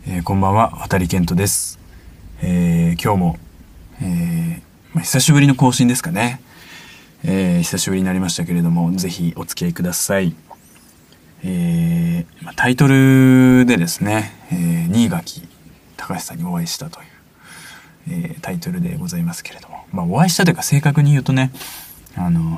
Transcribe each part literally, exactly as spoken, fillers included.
えー、こんばんは、渡健人です。えー、今日も、えーまあ、久しぶりの更新ですかね。えー、久しぶりになりましたけれども、ぜひお付き合いください。えーまあ、タイトルでですね、えー、新垣隆さんにお会いしたという、えー、タイトルでございますけれども、まあ、お会いしたというか正確に言うとね、あの、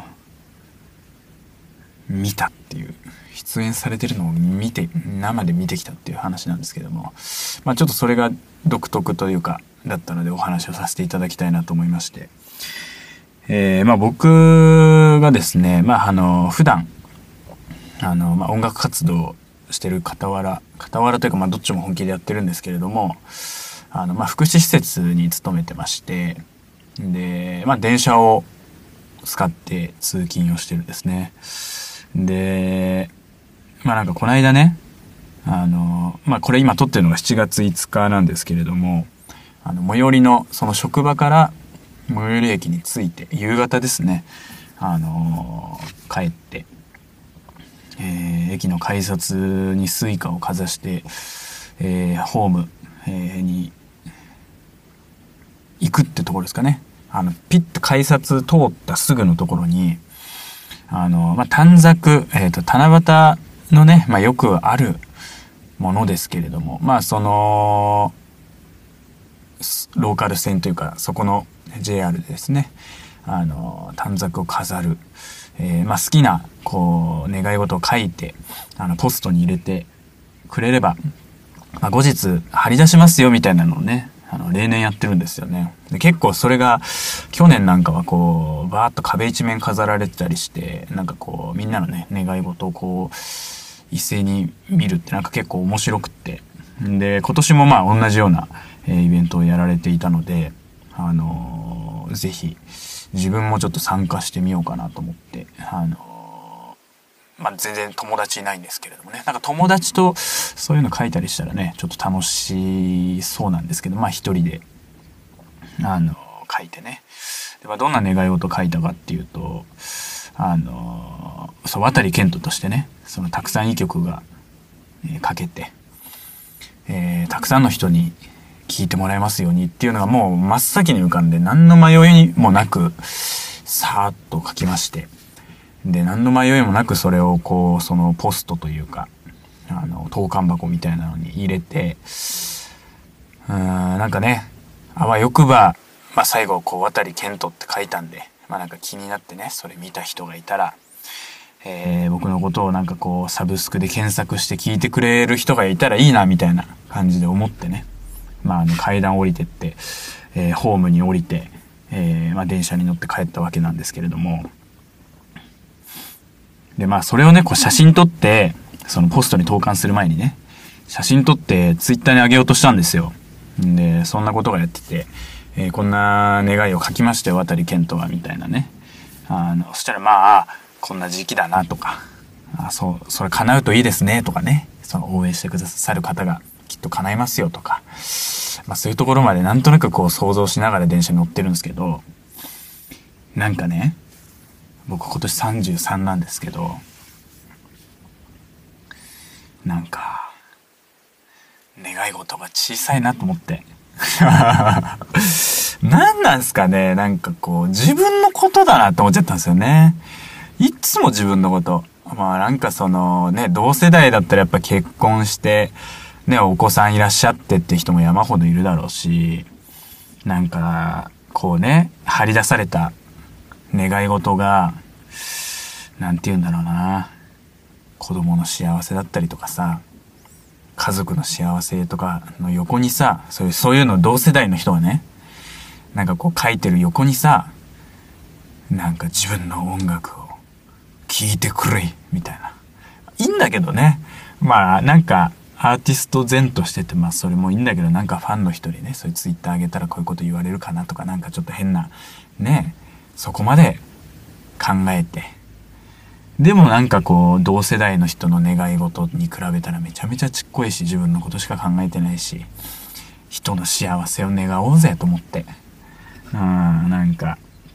見たっていう、出演されてるのを見て、生で見てきたっていう話なんですけども、まあちょっとそれが独特というか、だったのでお話をさせていただきたいなと思いまして。えー、まあ僕がですね、まああの、普段、あの、まあ音楽活動してる傍ら、傍らというかまあどっちも本気でやってるんですけれども、あの、まあ福祉施設に勤めてまして、で、まあ電車を使って通勤をしてるんですね。で、まあなんかこの間ね、あの、まあこれ今撮ってるのがしちがついつかなんですけれども、あの、最寄りの、その職場から最寄り駅に着いて、夕方ですね、あの、帰って、えー、駅の改札にスイカをかざして、えー、ホーム、えー、に行くってところですかね。あの、ピッと改札通ったすぐのところに、あの、まあ、短冊、えっと、七夕のね、まあ、よくあるものですけれども、まあ、その、ローカル線というか、そこの ジェイアール でですね、あの、短冊を飾る。えー、まあ、好きな、こう、願い事を書いて、あの、ポストに入れてくれれば、まあ、後日貼り出しますよみたいなのをね、あの、例年やってるんですよね。で、結構それが、去年なんかはこう、バーッと壁一面飾られてたりして、なんかこう、みんなのね、願い事をこう、一斉に見るってなんか結構面白くって。で、今年もまあ同じような、えー、イベントをやられていたので、あのー、ぜひ、自分もちょっと参加してみようかなと思って、あのー、まあ全然友達いないんですけれどもね、なんか友達とそういうの書いたりしたらね、ちょっと楽しそうなんですけど、まあ一人で、あのー、書いてね。で、まあどんな願い事書いたかっていうと、あのー、そう、渡健人としてね、そのたくさんいい曲が、えー、書けて、えー、たくさんの人に聴いてもらえますようにっていうのがもう真っ先に浮かんで、何の迷いもなく、さーっと書きまして、で、何の迷いもなくそれをこう、そのポストというか、あの、投函箱みたいなのに入れて、うーん、なんかね、あわよくば、まあ最後、こう、渡健人って書いたんで、まあなんか気になってね、それ見た人がいたら、えー、僕のことをなんかこうサブスクで検索して聞いてくれる人がいたらいいなみたいな感じで思ってね、まあ、あの階段降りてって、えー、ホームに降りて、えーまあ、電車に乗って帰ったわけなんですけれども、でまあそれをねこう写真撮って、そのポストに投函する前にね写真撮ってツイッターに上げようとしたんですよ。でそんなことがやってて、えー、こんな願いを書きましたよ渡健人はみたいなね、あのそしたらまあこんな時期だなとか、あ、そう、それ叶うといいですねとかね、その応援してくださる方がきっと叶いますよとか、まあそういうところまでなんとなくこう想像しながら電車に乗ってるんですけど、なんかね、僕今年さんじゅうさんなんですけど、なんか、願い事が小さいなと思って。何なんすかね、なんかこう、自分のことだなって思っちゃったんですよね。いつも自分のこと。まあなんかそのね、同世代だったらやっぱ結婚して、ね、お子さんいらっしゃってって人も山ほどいるだろうし、なんか、こうね、張り出された願い事が、なんて言うんだろうな。子供の幸せだったりとかさ、家族の幸せとかの横にさ、そういう、そういうの同世代の人がね、なんかこう書いてる横にさ、なんか自分の音楽を聴いてくれみたいな。いいんだけどね。まあなんかアーティスト前としててまあそれもいいんだけど、なんかファンの人にね、そういうツイッター上げたらこういうこと言われるかなとか、なんかちょっと変なね、そこまで考えて。でもなんかこう同世代の人の願い事に比べたらめちゃめちゃちっこいし、自分のことしか考えてないし、人の幸せを願おうぜと思って。うん、なんか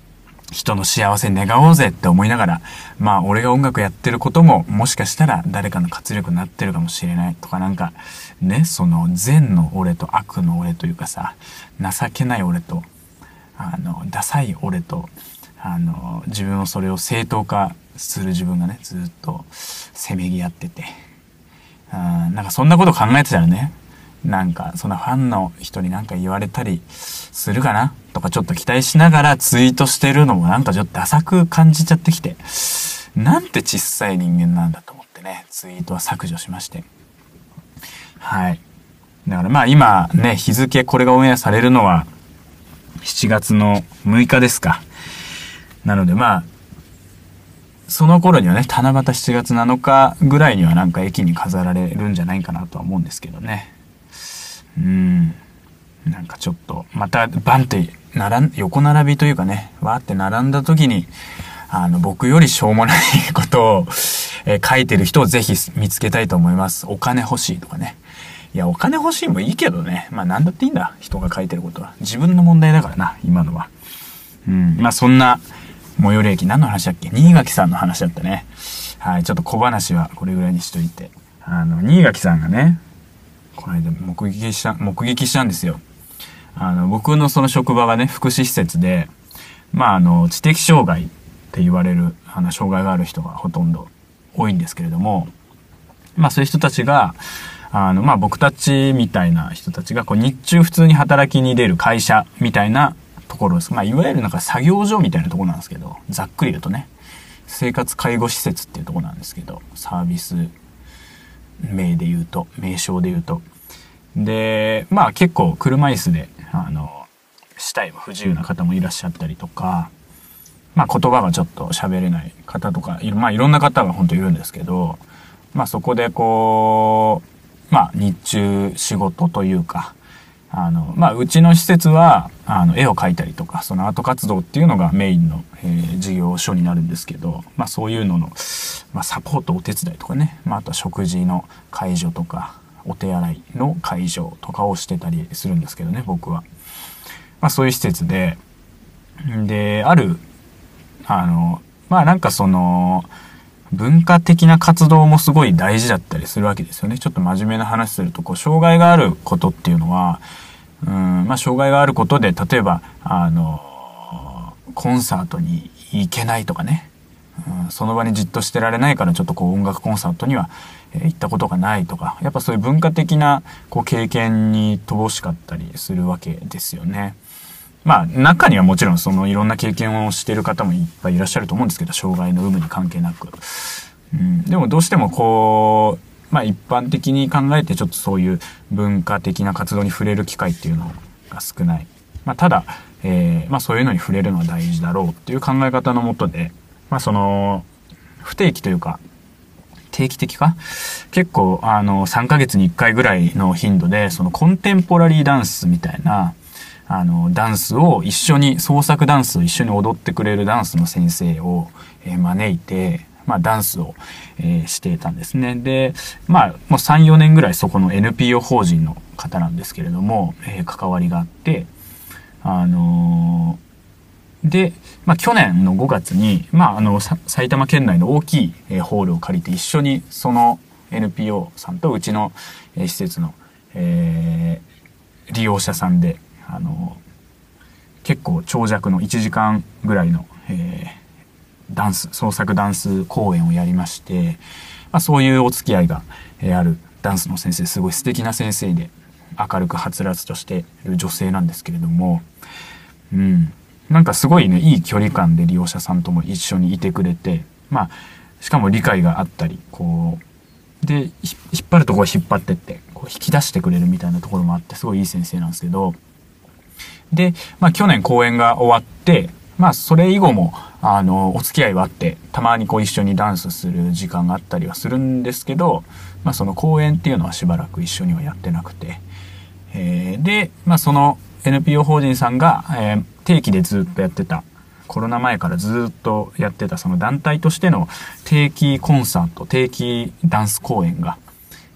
人の幸せ願おうぜって思いながら、まあ俺が音楽やってることももしかしたら誰かの活力になってるかもしれないとか、なんかね、その善の俺と悪の俺というかさ、情けない俺と、あの、ダサい俺と、あの、自分をそれを正当化する自分がね、ずっとせめぎ合ってて、うん、なんかそんなこと考えてたらね、なんかそのファンの人になんか言われたりするかなとかちょっと期待しながらツイートしてるのもなんかちょっとダサく感じちゃってきて、なんて小さい人間なんだと思ってね、ツイートは削除しまして。はい。だからまあ今ね、日付これがオンエアされるのはしちがつのむいかですか。なのでまあ、その頃にはね、七夕しちがつなのかぐらいにはなんか駅に飾られるんじゃないかなとは思うんですけどね。うーん。なんかちょっと、またバンって並ん、横並びというかね、わーって並んだ時に、あの、僕よりしょうもないことを、えー、書いてる人をぜひ見つけたいと思います。お金欲しいとかね。いや、お金欲しいもいいけどね。まあなんだっていいんだ。人が書いてることは。自分の問題だからな、今のは。うん。まあそんな、最寄り駅、何の話だっけ？新垣さんの話だったね。はい、ちょっと小話はこれぐらいにしといて。あの、新垣さんがね、この間目撃した、目撃したんですよ。あの、僕のその職場がね、福祉施設で、まああの、知的障害って言われる、あの、障害がある人がほとんど多いんですけれども、まあそういう人たちが、あの、まあ僕たちみたいな人たちが、こう日中普通に働きに出る会社みたいなところです。まあいわゆるなんか作業所みたいなところなんですけど、ざっくり言うとね、生活介護施設っていうところなんですけど、サービス名で言うと、名称で言うと。で、まあ結構車椅子で、あの、肢体も不自由な方もいらっしゃったりとか、まあ言葉がちょっと喋れない方とか、まあいろんな方が本当いるんですけど、まあそこでこう、まあ日中仕事というか、あの、まあうちの施設は、あの、絵を描いたりとか、そのアート活動っていうのがメインの、えー、事業所になるんですけど、まあそういうのの、まあサポートお手伝いとかね、まああとは食事の介助とか、お手洗いの介助とかをしてたりするんですけどね、僕は。まあそういう施設で、で、ある、あの、まあなんかその、文化的な活動もすごい大事だったりするわけですよね。ちょっと真面目な話すると、こう、障害があることっていうのは、うん、まあ障害があることで、例えば、あの、コンサートに行けないとかね、うん、その場にじっとしてられないからちょっとこう音楽コンサートには、えー、行ったことがないとか、やっぱそういう文化的なこう経験に乏しかったりするわけですよね。まあ中にはもちろんそのいろんな経験をしている方もいっぱいいらっしゃると思うんですけど、障害の有無に関係なく、うん、でもどうしてもこう、まあ一般的に考えてちょっとそういう文化的な活動に触れる機会っていうのが少ない。まあただ、えー、まあそういうのに触れるのは大事だろうっていう考え方のもとで、まあその不定期というか定期的か結構あのさんかげつにいっかいぐらいの頻度でそのコンテンポラリーダンスみたいなあのダンスを一緒に創作ダンスを一緒に踊ってくれるダンスの先生を、えー、招いてまあダンスを、えー、していたんですね。でまあもうさん、よねんぐらいそこの エヌピーオー 法人の方なんですけれども、えー、関わりがあってあのー、で、まあ去年のごがつにまああの埼玉県内の大きい、えー、ホールを借りて一緒にその エヌピーオー さんとうちの、えー、施設の、えー、利用者さんであの結構長尺のいちじかんぐらいの、えー、ダンス創作ダンス公演をやりまして、まあ、そういうお付き合いが、えー、あるダンスの先生すごい素敵な先生で明るくはつらつとしている女性なんですけれども、うん、なんかすごいねいい距離感で利用者さんとも一緒にいてくれて、まあしかも理解があったりこうで引っ張るところ引っ張ってってこう引き出してくれるみたいなところもあってすごいいい先生なんですけど。で、まあ去年公演が終わって、まあそれ以後も、あの、お付き合いはあって、たまにこう一緒にダンスする時間があったりはするんですけど、まあその公演っていうのはしばらく一緒にはやってなくて、えー、で、まあその エヌピーオー 法人さんが、えー、定期でずっとやってた、コロナ前からずっとやってたその団体としての定期コンサート、定期ダンス公演が、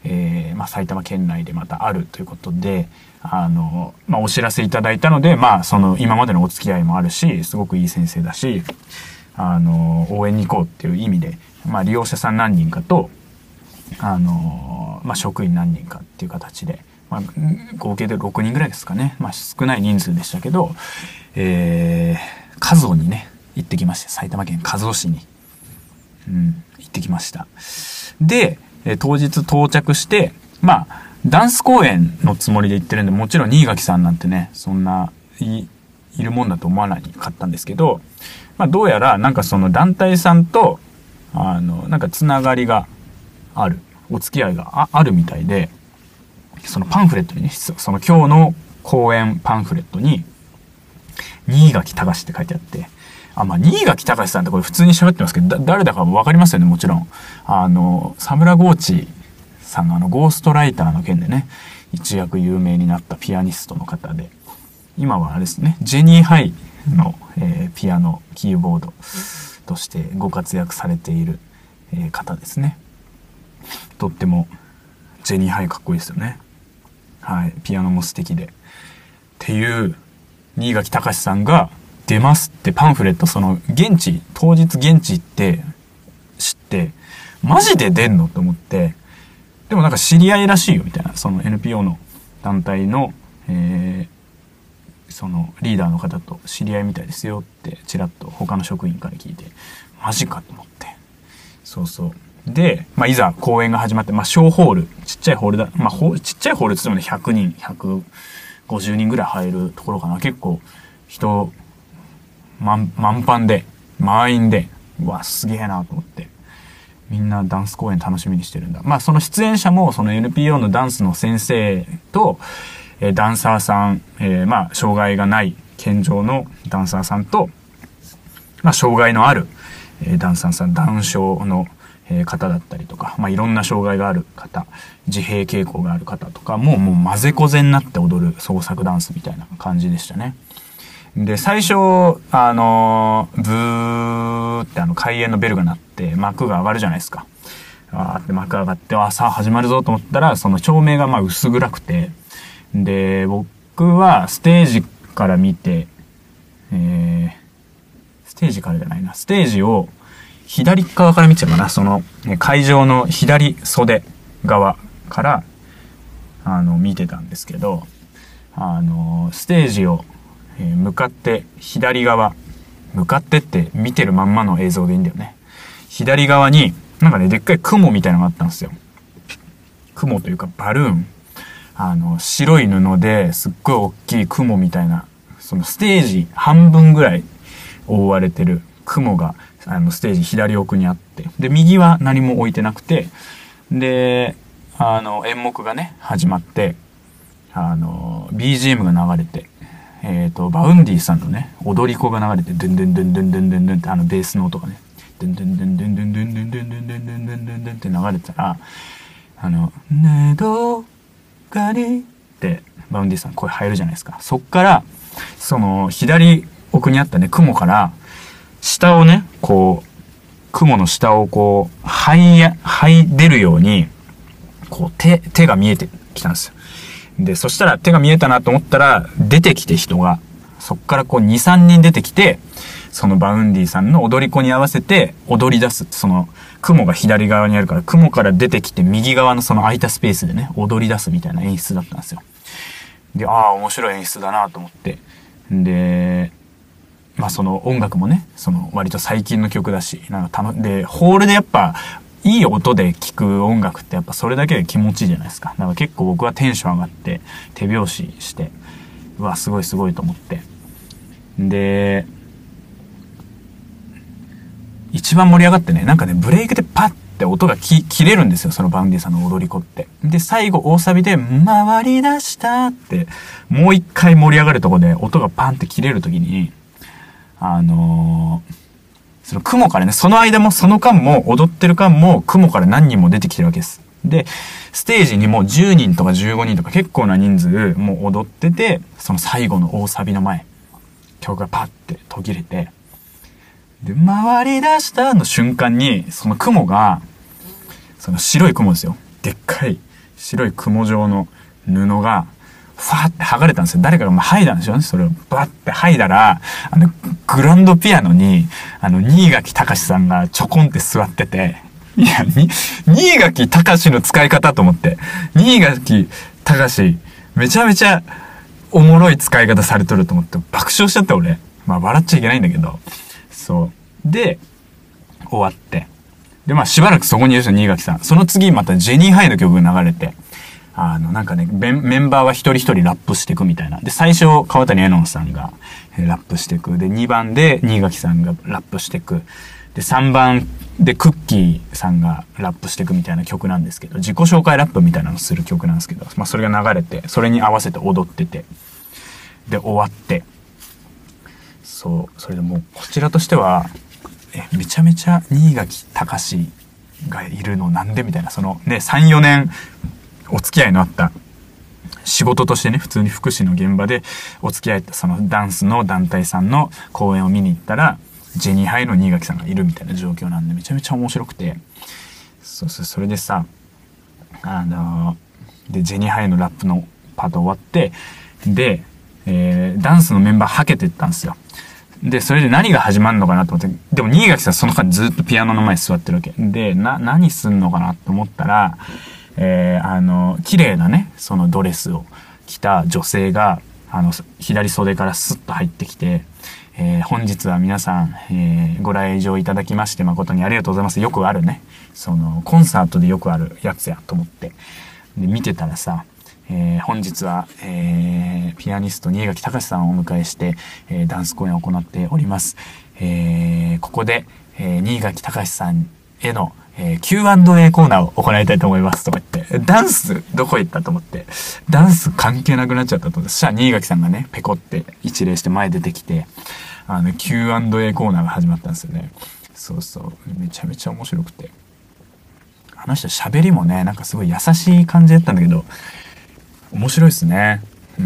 えー、まあ、埼玉県内でまたあるということで、あの、まあ、お知らせいただいたので、まあ、その、今までのお付き合いもあるし、すごくいい先生だし、あの、応援に行こうっていう意味で、まあ、利用者さん何人かと、あの、まあ、職員何人かっていう形で、まあ、合計でろくにんぐらいですかね。まあ、少ない人数でしたけど、えー、加須にね、行ってきました。埼玉県加須市に。うん、行ってきました。で、え当日到着して、まあ、ダンス公演のつもりで行ってるんで、もちろん新垣さんなんてね、そんないいるもんだと思わなかったんですけど、まあ、どうやらなんかその団体さんとあのなんかつながりがある、お付き合いが あ, あるみたいで、そのパンフレットにね、その今日の公演パンフレットに新垣隆って書いてあって、あ、まあ、新垣隆さんってこれ普通に喋ってますけど、だ誰だかわかりますよね、もちろん。あの、サムラゴーチさんのあの、ゴーストライターの件でね、一躍有名になったピアニストの方で、今はあれですね、ジェニーハイの、えー、ピアノ、キーボードとしてご活躍されている、えー、方ですね。とっても、ジェニーハイかっこいいですよね。はい、ピアノも素敵で。っていう、新垣隆さんが、出ますってパンフレット、その現地当日現地行って知ってマジで出んのと思って、でもなんか知り合いらしいよみたいな、その エヌピーオー の団体の、えー、そのリーダーの方と知り合いみたいですよってちらっと他の職員から聞いて、マジかと思って、そうそうで、まあ、いざ公演が始まって、まあ、小ホール、ちっちゃいホールだ、まあ、ちっちゃいホールって言ってもねひゃくにんひゃくごじゅうにんぐらい入るところかな。結構人満, 満帆で満員で、うわすげえなと思って、みんなダンス公演楽しみにしてるんだ。まあその出演者もその エヌピーオー のダンスの先生と、えー、ダンサーさん、えー、まあ障害がない健常のダンサーさんと、まあ障害のある、えー、ダンサーさん、ダウン症の、えー、方だったりとか、まあいろんな障害がある方、自閉傾向がある方とかももう混ぜこぜになって踊る創作ダンスみたいな感じでしたね。で、最初、あの、ブーってあの、開演のベルが鳴って、幕が上がるじゃないですか。あーって幕上がって、あ、さあ始まるぞと思ったら、その照明がまあ薄暗くて、で、僕はステージから見て、えー、ステージからじゃないな、ステージを左側から見ちゃうかな、その、会場の左袖側から、あの、見てたんですけど、あの、ステージを、えー、向かって左側、向かってって見てるまんまの映像でいいんだよね。左側になんかね、でっかい雲みたいなのがあったんですよ。雲というかバルーン。あの、白い布ですっごい大きい雲みたいな、そのステージ半分ぐらい覆われてる雲が、あの、ステージ左奥にあって、で、右は何も置いてなくて、で、あの、演目がね、始まって、あの、ビージーエム が流れて、えっと、バウンディさんのね、踊り子が流れて、ドゥンドゥンドゥンドゥンドゥンドゥンドゥンってあのベースの音がね、ドゥンドゥンドゥンドゥンドゥンドゥンドゥンドゥンドゥンドゥンドゥンドゥンドゥンドゥンって流れてたら、あの、ねどかにってバウンディさん声入るじゃないですか。そっから、その、左奥にあったね、雲から、下をね、こう、雲の下をこう、這いや、這い出るように、こう、手、手が見えてきたんですよ。で、そしたら手が見えたなと思ったら、出てきて人が、そっからこうに、さんにん出てきて、そのバウンディさんの踊り子に合わせて踊り出す。その、雲が左側にあるから、雲から出てきて右側のその空いたスペースでね、踊り出すみたいな演出だったんですよ。で、ああ、面白い演出だなと思って。で、まあその音楽もね、その割と最近の曲だし、なんかたの、で、ホールでやっぱ、いい音で聴く音楽ってやっぱそれだけで気持ちいいじゃないですか。だから結構僕はテンション上がって手拍子して、うわ、すごいすごいと思って。で、一番盛り上がってね、なんかね、ブレイクでパッて音がき切れるんですよ、そのバウンディさんの踊り子って。で、最後大サビで回り出したって、もう一回盛り上がるとこで音がパンって切れるときに、あのー、その雲からね、その間もその間も踊ってる間も雲から何人も出てきてるわけです。で、ステージにもじゅうにんとかじゅうごにんとか結構な人数もう踊ってて、その最後の大サビの前、曲がパッて途切れて、で、回り出したの瞬間に、その雲が、その白い雲ですよ。でっかい白い雲状の布が、ファーって剥がれたんですよ。誰かがまあ剥いだんでしょうね。それをバッて剥いだら、あの、グランドピアノに、あの、新垣隆さんがちょこんって座ってて、いや、に、新垣隆の使い方と思って。新垣隆、めちゃめちゃおもろい使い方されとると思って爆笑しちゃった俺。まあ笑っちゃいけないんだけど。そう。で、終わって。で、まあしばらくそこにいる人新垣さん。その次またジェニーハイの曲が流れて、あの、なんかね、メンバーは一人一人ラップしていくみたいな。で、最初、川谷絵音さんがラップしていく。で、にばんで新垣さんがラップしていく。で、さんばんでクッキーさんがラップしていくみたいな曲なんですけど、自己紹介ラップみたいなのする曲なんですけど、まあそれが流れて、それに合わせて踊ってて、で、終わって、そう、それでもう、こちらとしては、え、めちゃめちゃ新垣隆がいるのなんでみたいな、そのね、さん、よねん、お付き合いのあった仕事としてね、普通に福祉の現場でお付き合いそのダンスの団体さんの公演を見に行ったら、ジェニーハイの新垣さんがいるみたいな状況なんで、めちゃめちゃ面白くて、そうそう、それでさ、あのー、で、ジェニーハイのラップのパート終わって、で、えー、ダンスのメンバーはけてったんですよ。で、それで何が始まるのかなと思って、でも新垣さんその間ずっとピアノの前に座ってるわけ。で、な、何すんのかなと思ったら、えー、あの、綺麗なね、そのドレスを着た女性が、あの、左袖からスッと入ってきて、えー、本日は皆さん、えー、ご来場いただきまして誠にありがとうございます。よくあるね。その、コンサートでよくあるやつやと思って。で、見てたらさ、えー、本日は、えー、ピアニスト新垣隆さんをお迎えして、えー、ダンス公演を行っております。えー、ここで、えー、新垣隆さんへの、えー、キューアンドエー コーナーを行いたいと思いますとか言って、ダンスどこ行ったと思って、ダンス関係なくなっちゃったと思って、そしたら新垣さんがね、ペコって一礼して前出てきて、あの、キューアンドエー コーナーが始まったんですよね。そうそう。めちゃめちゃ面白くて。あの人喋りもね、なんかすごい優しい感じだったんだけど、面白いですね。うん。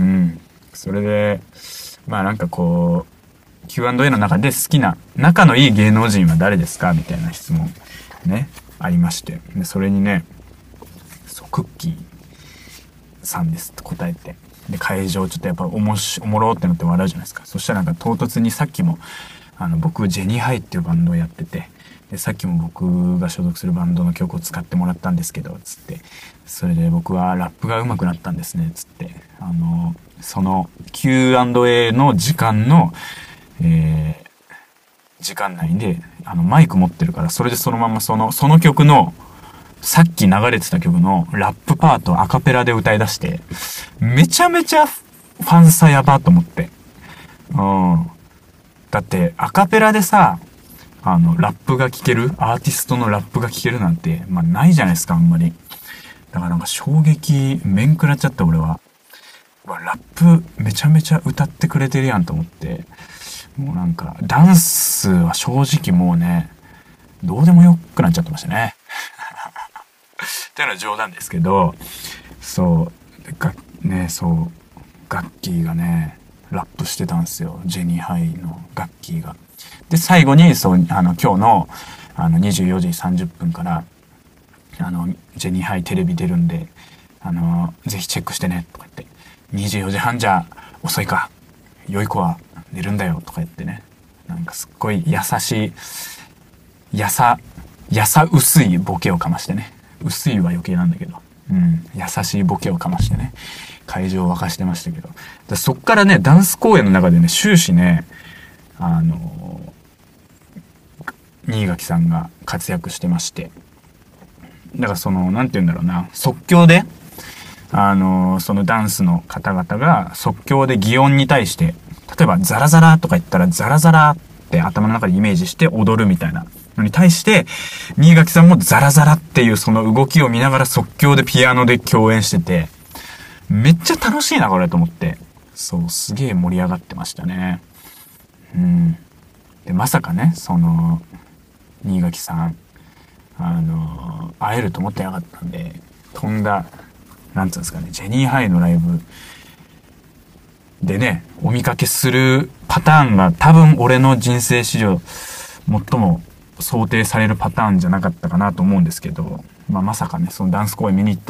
それで、まあなんかこう、キューアンドエー の中で好きな、仲のいい芸能人は誰ですかみたいな質問。ね、ありまして。で、それにね、そう、クッキーさんですって答えて。で、会場ちょっとやっぱおもし、おもろってなって笑うじゃないですか。そしたらなんか唐突にさっきも、あの、僕、ジェニーハイっていうバンドをやってて、で、さっきも僕が所属するバンドの曲を使ってもらったんですけど、つって。それで僕はラップが上手くなったんですね、つって。あの、その キューアンドエー の時間の、えー、時間内で、あの、マイク持ってるから、それでそのままその、その曲の、さっき流れてた曲のラップパートをアカペラで歌い出して、めちゃめちゃファンサやばと思って。うん。だって、アカペラでさ、あの、ラップが聴ける、アーティストのラップが聴けるなんて、まあ、ないじゃないですか、あんまり。だからなんか衝撃、面食らっちゃった俺は。ラップめちゃめちゃ歌ってくれてるやんと思って。もうなんか、ダンスは正直もうね、どうでもよくなっちゃってましたね。っていうのは冗談ですけど、そう、が、ね、そう、ガッキーがね、ラップしてたんですよ。ジェニーハイのガッキーが。で、最後に、そう、あの、今日の、あの、にじゅうよじさんじゅっぷんから、あの、ジェニーハイテレビ出るんで、あの、ぜひチェックしてね、とか言って、にじゅうよじはんじゃ遅いか、良い子は寝るんだよ、とか言ってね、なんかすっごい優しい、やさ、やさ薄いボケをかましてね、薄いは余計なんだけど、うん、優しいボケをかましてね、会場を沸かしてましたけど、でそっからね、ダンス公演の中でね、終始ね、あの、新垣さんが活躍してまして、だからその、なんて言うんだろうな、即興で、あの、そのダンスの方々が即興で擬音に対して、例えばザラザラとか言ったらザラザラって頭の中でイメージして踊るみたいなのに対して、新垣さんもザラザラっていうその動きを見ながら即興でピアノで共演してて、めっちゃ楽しいなこれと思って、そう、すげえ盛り上がってましたね。うん。で、まさかね、その、新垣さん、あの、会えると思ってなかったんで、飛んだ、なんつうんですかね、ジェニーハイのライブでね、お見かけするパターンが多分俺の人生史上最も想定されるパターンじゃなかったかなと思うんですけど、まあ、まさかね、そのダンス公演見に行ったら、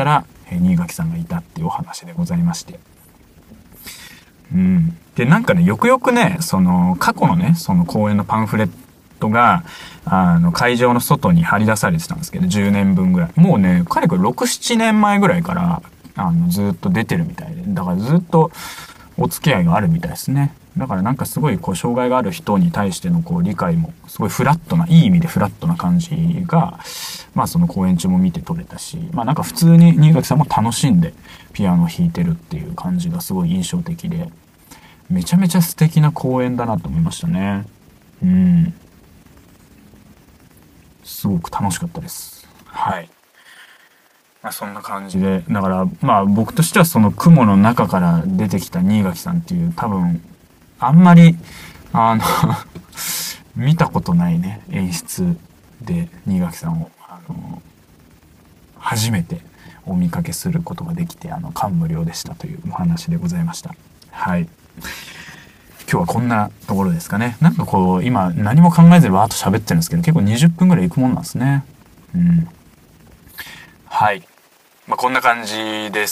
えー、新垣さんがいたっていうお話でございまして。うん。で、なんかね、よくよくね、その、過去のね、その公演のパンフレットが、あの、会場の外に貼り出されてたんですけど、じゅうねんぶんぐらい。もうね、かれこれろく、ななねんまえぐらいから、あの、ずっと出てるみたいで。だからずっとお付き合いがあるみたいですね。だからなんかすごい、こう、障害がある人に対しての、こう、理解も、すごいフラットな、いい意味でフラットな感じが、まあその公演中も見て取れたし、まあなんか普通に新垣さんも楽しんでピアノ弾いてるっていう感じがすごい印象的で、めちゃめちゃ素敵な公演だなと思いましたね。うん。すごく楽しかったです。はい。まあそんな感じで、だからまあ僕としてはその雲の中から出てきた新垣さんっていう多分、あんまり、あの見たことないね、演出で新垣さんを、あの、初めてお見かけすることができて、あの、感無量でしたというお話でございました。はい。今日はこんなところですかね。なんかこう、今何も考えずにわーっと喋ってるんですけど、結構にじゅっぷんぐらい行くもんなんですね。うん。はい。まあ、こんな感じです。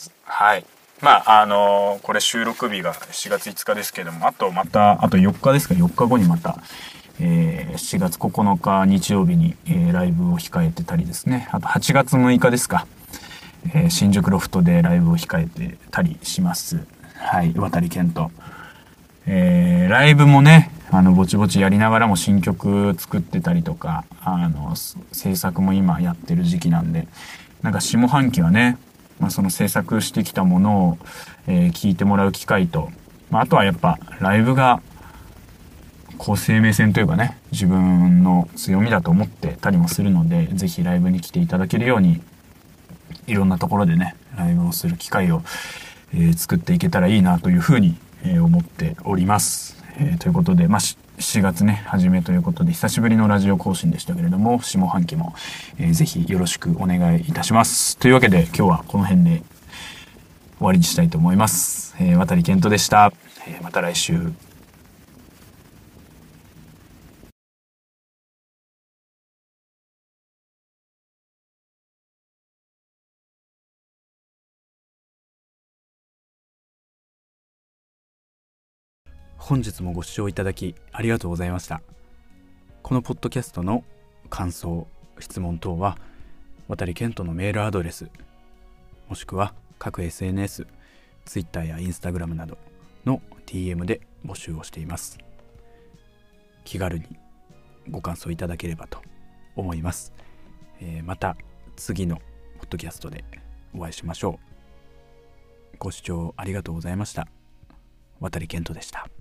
はい。まあ、あのーこれ収録日がしがついつかですけども、あとまた、あとよっかですか、よっかごにまた、えー、しがつここのか日曜日に、えーライブを控えてたりですね。あとはちがつむいかですか。えー新宿ロフトでライブを控えてたりします。はい。渡健人。えー、ライブもね、あの、ぼちぼちやりながらも新曲作ってたりとか、あの、制作も今やってる時期なんで、なんか下半期はね、まあ、その制作してきたものを、えー聞いてもらう機会と、まあ、あとはやっぱライブが、こう生命線というかね、自分の強みだと思ってたりもするので、ぜひライブに来ていただけるように、いろんなところでね、ライブをする機会を、えー作っていけたらいいなというふうに、えー思っております。えーということで、まあ、ししがつね、初めということで、久しぶりのラジオ更新でしたけれども、下半期も、えーぜひよろしくお願いいたします。というわけで、今日はこの辺で終わりにしたいと思います。えー、渡健人でした。えーまた来週。本日もご視聴いただきありがとうございました。このポッドキャストの感想、質問等は、渡健人のメールアドレス、もしくは各 エスエヌエス、Twitter や Instagram などの ディーエム で募集をしています。気軽にご感想いただければと思います。えーまた次のポッドキャストでお会いしましょう。ご視聴ありがとうございました。渡健人でした。